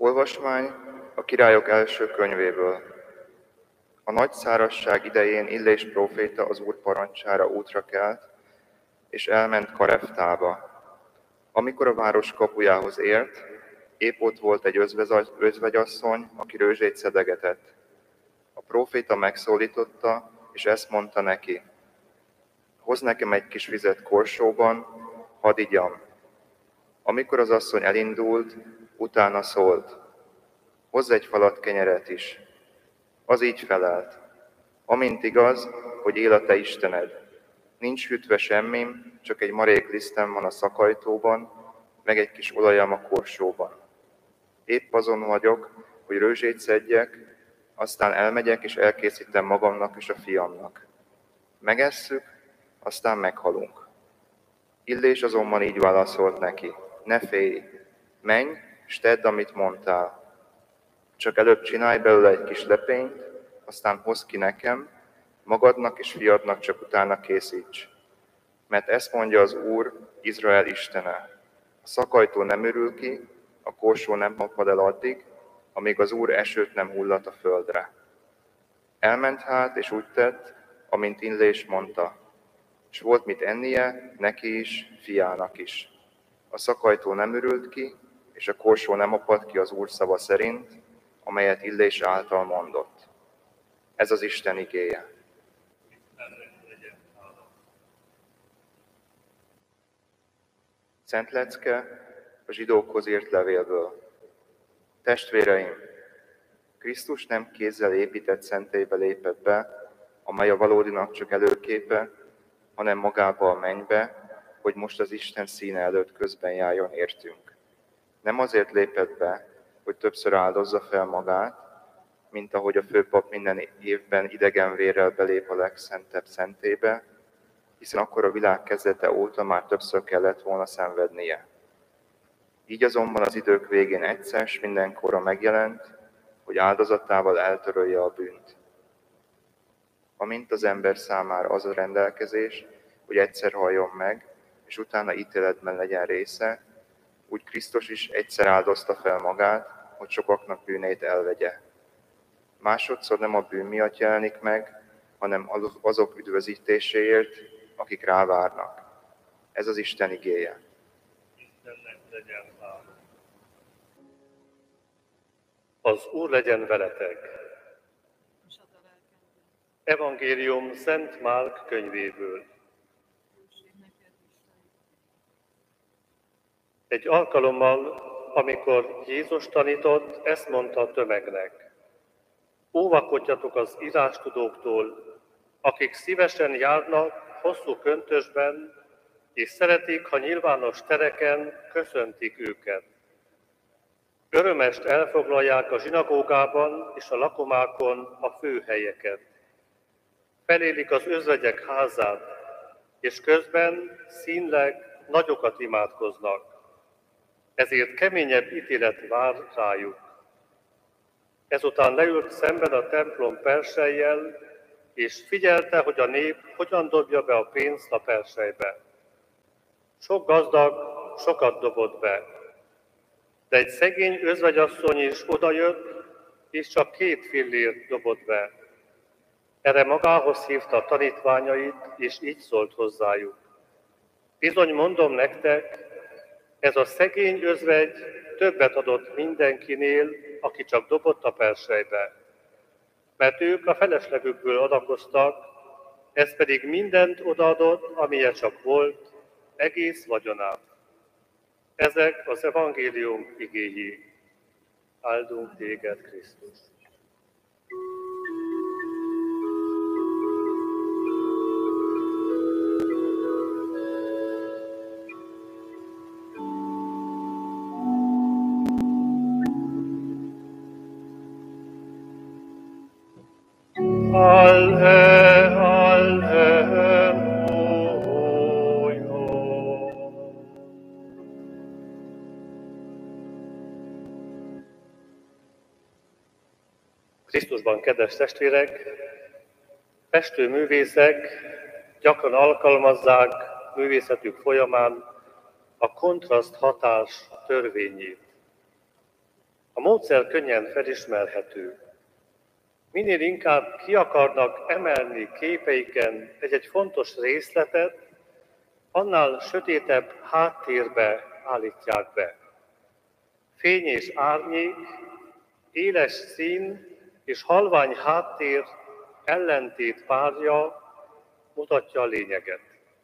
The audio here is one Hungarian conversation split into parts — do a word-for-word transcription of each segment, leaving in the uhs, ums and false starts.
Olvasmány a Királyok első könyvéből. A nagy szárazság idején Illés próféta az Úr parancsára útra kelt, és elment Kareftába. Amikor a város kapujához ért, épp ott volt egy özvegyasszony, aki rőzsét szedegetett. A próféta megszólította, és ezt mondta neki: hozz nekem egy kis vizet korsóban, hadd igyam. Amikor az asszony elindult, utána szólt: hozz egy falat kenyeret is. Az így felelt: amint igaz, hogy él a te Istened. Nincs hűtve semmim, csak egy marék lisztem van a szakajtóban, meg egy kis olajam a korsóban. Épp azon vagyok, hogy rőzsét szedjek, aztán elmegyek és elkészítem magamnak és a fiamnak. Megesszük, aztán meghalunk. Illés azonban így válaszolt neki: ne félj, menj, és tedd, amit mondtál. Csak előbb csinálj belőle egy kis lepényt, aztán hozz ki nekem, magadnak és fiadnak csak utána készíts. Mert ezt mondja az Úr, Izrael Istene: a szakajtó nem örül ki, a korsó nem apad el addig, amíg az Úr esőt nem hullat a földre. Elment hát, és úgy tett, amint Illés mondta, és volt mit ennie, neki is, fiának is. A szakajtó nem örült ki, és a korsó nem apadt ki az Úr szava szerint, amelyet Illés által mondott. Ez az Isten igéje. Szent lecke a zsidókhoz írt levélből. Testvéreim, Krisztus nem kézzel épített szentélybe lépett be, amely a valódinak csak előképe, hanem magába a mennybe, hogy most az Isten színe előtt közben járjon értünk. Nem azért lépett be, hogy többször áldozza fel magát, mint ahogy a főpap minden évben idegen vérrel belép a legszentebb szentélybe, hiszen akkor a világ kezdete óta már többször kellett volna szenvednie. Így azonban az idők végén egyszer s mindenkorra megjelent, hogy áldozatával eltörölje a bűnt. Amint az ember számára az a rendelkezés, hogy egyszer halljon meg, és utána ítéletben legyen része, úgy Krisztus is egyszer áldozta fel magát, hogy sokaknak bűnét elvegye. Másodszor nem a bűn miatt jelenik meg, hanem azok üdvözítéséért, akik rávárnak. Ez az Isten igéje. Istennek legyen hála. Az Úr legyen veletek. Evangélium Szent Márk könyvéből. Egy alkalommal, amikor Jézus tanított, ezt mondta a tömegnek: óvakodjatok az írástudóktól, akik szívesen járnak hosszú köntösben, és szeretik, ha nyilvános tereken köszöntik őket. Örömest elfoglalják a zsinagógában és a lakomákon a főhelyeket. Felélik az özvegyek házát, és közben színleg nagyokat imádkoznak. Ezért keményebb ítélet vár rájuk. Ezután leült szemben a templom persejjel, és figyelte, hogy a nép hogyan dobja be a pénzt a persejbe. Sok gazdag sokat dobott be, de egy szegény özvegyasszony is odajött, és csak két fillért dobott be. Erre magához hívta a tanítványait, és így szólt hozzájuk: bizony mondom nektek, ez a szegény özvegy többet adott mindenkinél, aki csak dobott a persejbe. Mert ők a feleslegükből adakoztak, ez pedig mindent odaadott, amilyen csak volt, egész vagyonát. Ezek az evangélium igéi. Áldunk téged, Krisztus! Alle, alleluja. Krisztusban, kedves testvérek, festőművészek gyakran alkalmazzák művészetük folyamán a kontraszt hatás törvényét. A módszer könnyen felismerhető. Minél inkább ki akarnak emelni képeiken egy-egy fontos részletet, annál sötétebb háttérbe állítják be. Fény és árnyék, éles szín és halvány háttér ellentét párja mutatja a lényeget.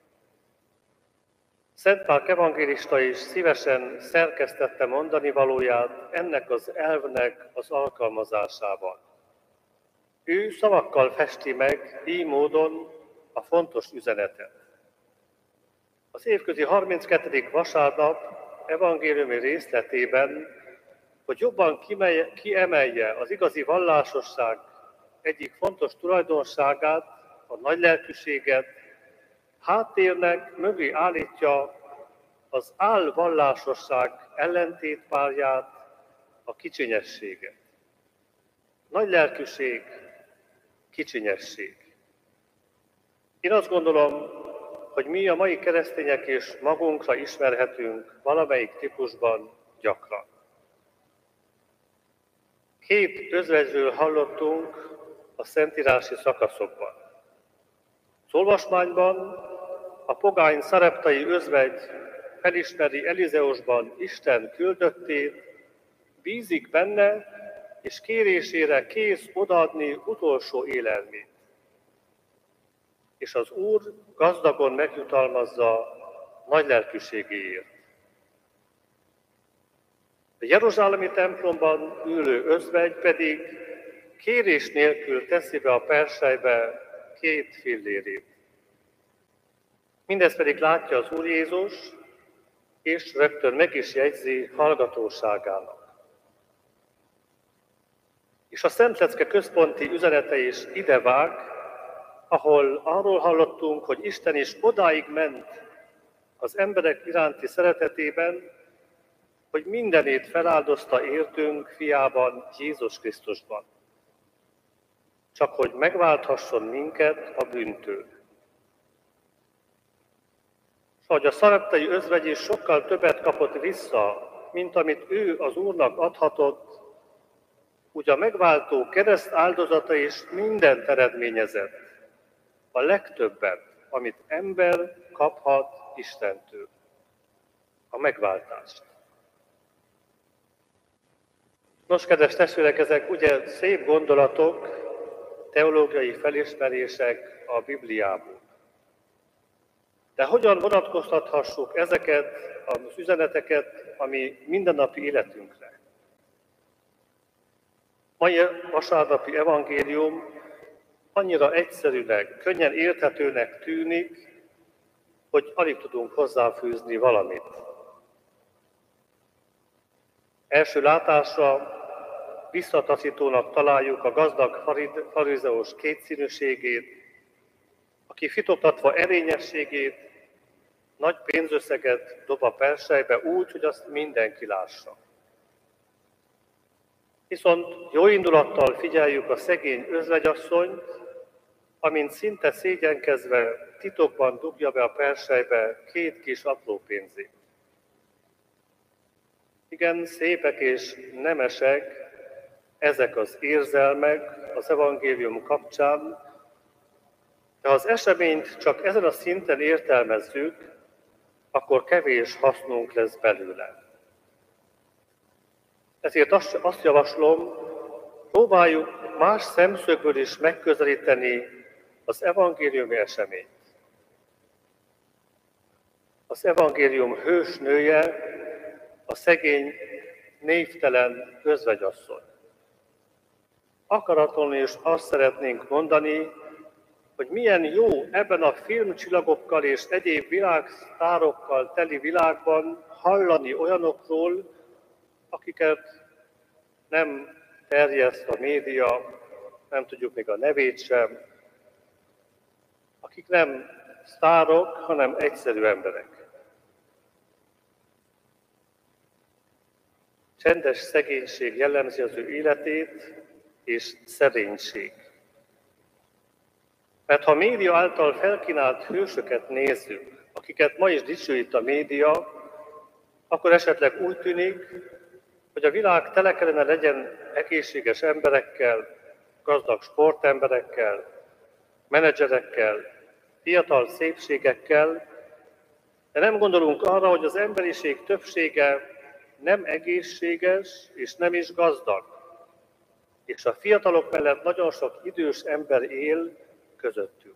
Szent Márk evangélista is szívesen szerkesztette mondani valóját ennek az elvnek az alkalmazásával. Ő szavakkal festi meg így módon a fontos üzenetet. Az évközi harminckettedik vasárnap evangéliumi részletében, hogy jobban kiemelje az igazi vallásosság egyik fontos tulajdonságát, a nagylelkűséget, háttérnek mögé állítja az álvallásosság ellentétpárját, a kicsinyességet. Nagylelkűség, kicsinyesség. Én azt gondolom, hogy mi a mai keresztények is magunkra ismerhetünk valamelyik típusban gyakran. Két özvegyről hallottunk a szentírási szakaszokban. Az olvasmányban a pogány szareptai özvegy felismeri Elizeusban Isten küldöttét, bízik benne, és kérésére kész odaadni utolsó élelmét. És az Úr gazdagon megjutalmazza nagy lelkűségéért. A jeruzsálemi templomban ülő özvegy pedig kérés nélkül teszi be a perselybe két fillérét. Mindezt pedig látja az Úr Jézus, és rögtön meg is jegyzi hallgatóságának. És a Szentlecke központi üzenete is idevág, ahol arról hallottunk, hogy Isten is odáig ment az emberek iránti szeretetében, hogy mindenét feláldozta értünk fiában, Jézus Krisztusban. Csak hogy megválthasson minket a bűntől. És ahogy a szareptai özvegy is sokkal többet kapott vissza, mint amit ő az Úrnak adhatott, úgy a megváltó kereszt áldozata is mindent eredményezett, a legtöbbet, amit ember kaphat Istentől, a megváltást. Nos, kedves testvérek, ezek ugye szép gondolatok, teológiai felismerések a Bibliából. De hogyan vonatkoztathassuk ezeket az üzeneteket a mi mindennapi életünkre? Mai vasárnapi evangélium annyira egyszerűnek, könnyen érthetőnek tűnik, hogy alig tudunk hozzáfűzni valamit. Első látásra visszataszítónak találjuk a gazdag farizeus kétszínűségét, aki fitoktatva erényességét, nagy pénzösszeget dob a perselybe úgy, hogy azt mindenki lássa. Viszont jó indulattal figyeljük a szegény özvegyasszonyt, amint szinte szégyenkezve titokban dugja be a perselybe két kis apró pénzét. Igen, szépek és nemesek ezek az érzelmek az evangélium kapcsán, de ha az eseményt csak ezen a szinten értelmezzük, akkor kevés hasznunk lesz belőle. Ezért azt javaslom, próbáljuk más szemszögből is megközelíteni az evangéliumi eseményt. Az evangélium hősnője a szegény, névtelen özvegyasszony. Akaratlanul is azt szeretnénk mondani, hogy milyen jó ebben a filmcsillagokkal és egyéb világsztárokkal teli világban hallani olyanokról, akiket nem terjeszt a média, nem tudjuk még a nevét sem, akik nem sztárok, hanem egyszerű emberek. Csendes szegénység jellemzi az ő életét, és szerénység. Mert ha a média által felkínált hősöket nézzük, akiket ma is dicsőít a média, akkor esetleg úgy tűnik, hogy a világ tele kellene legyen egészséges emberekkel, gazdag sportemberekkel, menedzserekkel, fiatal szépségekkel, de nem gondolunk arra, hogy az emberiség többsége nem egészséges és nem is gazdag, és a fiatalok mellett nagyon sok idős ember él közöttünk.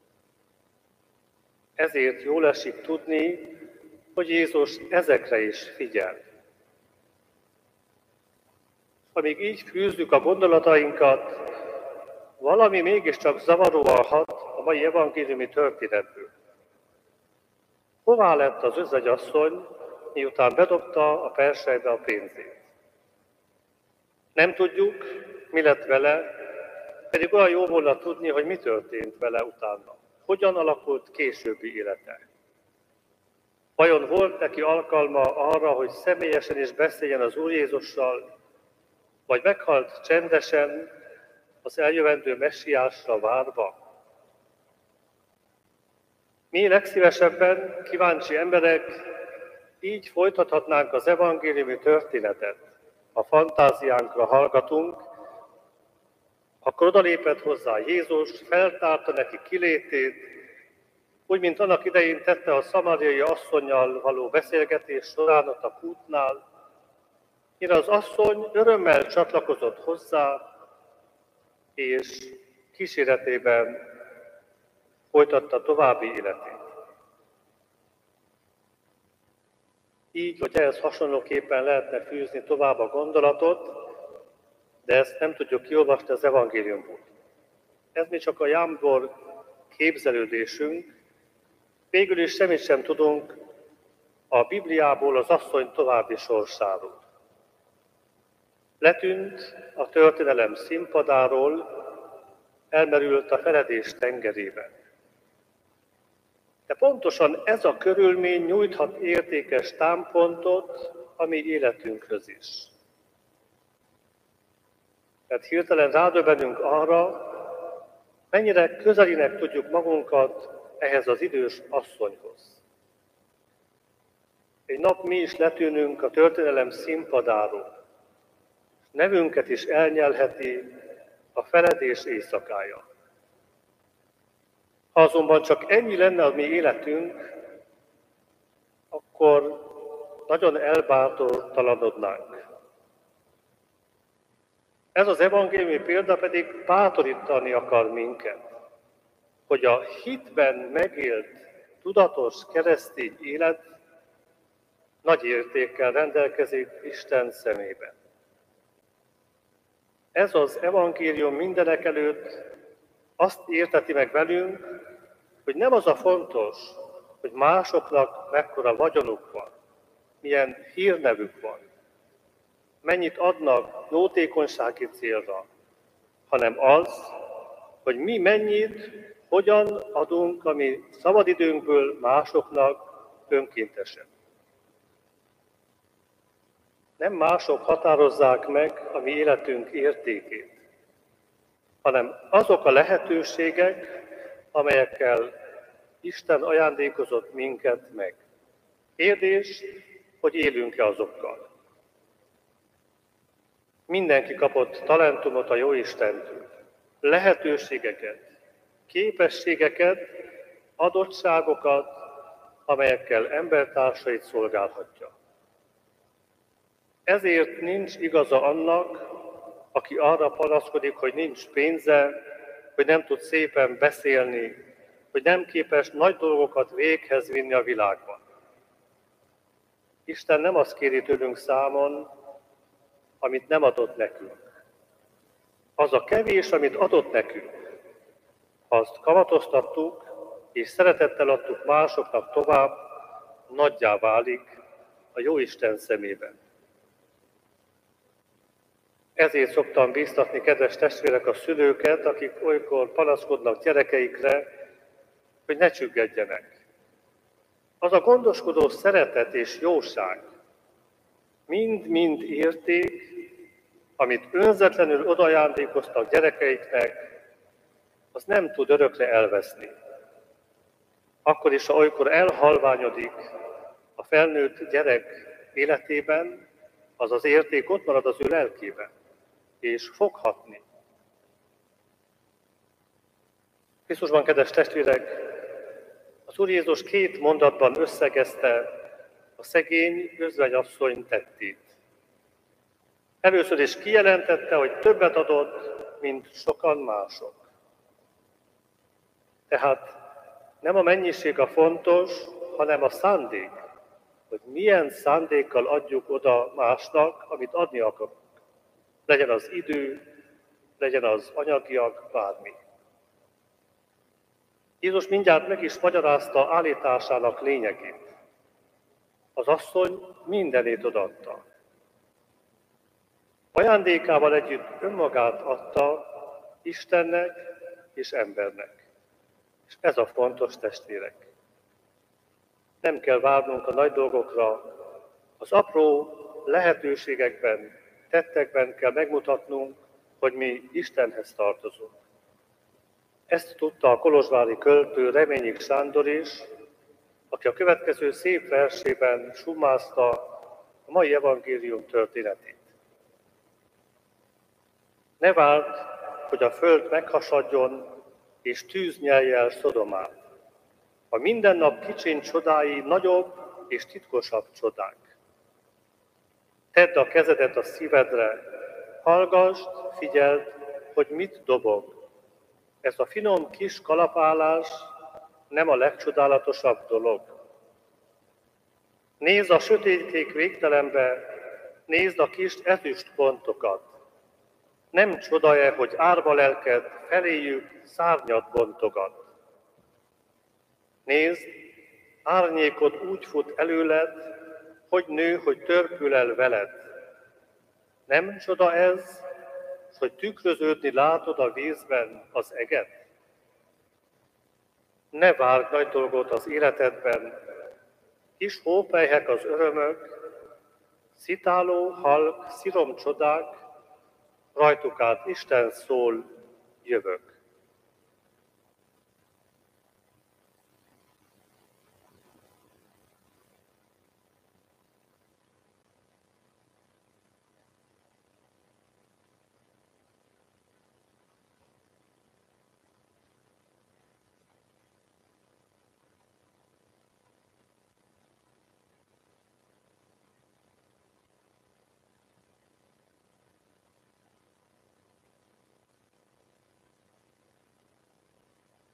Ezért jól esik tudni, hogy Jézus ezekre is figyel. Amíg így fűzzük a gondolatainkat, valami mégiscsak zavaróan hat a mai evangéliumi történetből. Hová lett az özvegyasszony, miután bedobta a perselybe a pénzét? Nem tudjuk, mi lett vele, pedig olyan jó volna tudni, hogy mi történt vele utána. Hogyan alakult későbbi élete? Vajon volt neki alkalma arra, hogy személyesen is beszéljen az Úr Jézussal, vagy meghalt csendesen az eljövendő messiásra várva? Mi legszívesebben, kíváncsi emberek, így folytathatnánk az evangéliumi történetet. Ha fantáziánkra hallgatunk, akkor odalépett hozzá Jézus, feltárta neki kilétét, úgy, mint annak idején tette a szamáriai asszonnyal való beszélgetés során ott a kútnál, mire az asszony örömmel csatlakozott hozzá, és kíséretében folytatta további életét. Így, hogy ehhez hasonlóképpen lehetne fűzni tovább a gondolatot, de ezt nem tudjuk kiolvasni az evangéliumból. Ez mi csak a jámbor képzelődésünk, végül is semmit sem tudunk a Bibliából az asszony további sorsáról. Letűnt a történelem színpadáról, elmerült a feledés tengerében. De pontosan ez a körülmény nyújthat értékes támpontot a mi életünkhöz is. Tehát hirtelen rádöbbenünk arra, mennyire közelinek tudjuk magunkat ehhez az idős asszonyhoz. Egy nap mi is letűnünk a történelem színpadáról, és nevünket is elnyelheti a feledés éjszakája. Ha azonban csak ennyi lenne a mi életünk, akkor nagyon elbátortalanodnánk. Ez az evangéliumi példa pedig bátorítani akar minket, hogy a hitben megélt, tudatos keresztény élet nagy értékkel rendelkezik Isten szemében. Ez az evangélium mindenekelőtt azt érteti meg velünk, hogy nem az a fontos, hogy másoknak mekkora vagyonuk van, milyen hírnevük van, mennyit adnak jótékonysági célra, hanem az, hogy mi mennyit, hogyan adunk a mi szabadidőnkből másoknak önkéntesen. Nem mások határozzák meg a mi életünk értékét, hanem azok a lehetőségek, amelyekkel Isten ajándékozott minket meg. Kérdés, hogy élünk-e azokkal. Mindenki kapott talentumot a Jóistentől, lehetőségeket, képességeket, adottságokat, amelyekkel embertársait szolgálhatja. Ezért nincs igaza annak, aki arra panaszkodik, hogy nincs pénze, hogy nem tud szépen beszélni, hogy nem képes nagy dolgokat véghez vinni a világban. Isten nem azt kéri tőlünk számon, amit nem adott nekünk. Az a kevés, amit adott nekünk, ha azt kamatoztattuk, és szeretettel adtuk másoknak tovább, nagyjá válik a Jóisten szemében. Ezért szoktam bíztatni, kedves testvérek, a szülőket, akik olykor panaszkodnak gyerekeikre, hogy ne csüggedjenek. Az a gondoskodó szeretet és jóság mind-mind érték, amit önzetlenül odaajándékoztak gyerekeiknek, az nem tud örökre elveszni. Akkor is, ha olykor elhalványodik a felnőtt gyerek életében, az az érték ott marad az ő lelkében, és fog hatni. Krisztusban, kedves testvérek, az Úr Jézus két mondatban összegezte a szegény özvegyasszony tettét. Először is kijelentette, hogy többet adott, mint sokan mások. Tehát nem a mennyiség a fontos, hanem a szándék, hogy milyen szándékkal adjuk oda másnak, amit adni akarunk. Legyen az idő, legyen az anyagiak, bármi. Jézus mindjárt meg is magyarázta állításának lényegét. Az asszony mindenét odaadta. Ajándékával együtt önmagát adta Istennek és embernek. És ez a fontos, testvérek. Nem kell várnunk a nagy dolgokra, az apró lehetőségekben, tettekben kell megmutatnunk, hogy mi Istenhez tartozunk. Ezt tudta a kolozsvári költő Reményik Sándor is, aki a következő szép versében summázta a mai evangélium történetét. Ne várd, hogy a föld meghasadjon, és tűz nyelje el Szodomát. A mindennap kicsiny csodái nagyobb és titkosabb csodák. Tedd a kezedet a szívedre, hallgasd, figyeld, hogy mit dobog. Ez a finom kis kalapálás nem a legcsodálatosabb dolog. Nézd a sötétkék végtelenbe, nézd a kis ezüst pontokat. Nem csoda-e, hogy árva lelked feléjük szárnyat bontogat. Nézd, árnyékod úgy fut előled, hogy nő, hogy törpül el veled. Nem csoda ez, hogy tükröződni látod a vízben az eget? Ne várj nagy dolgot az életedben, kis hópelyhek az örömök, szitáló, halk, sziromcsodák, rajtuk át Isten szól, jövök.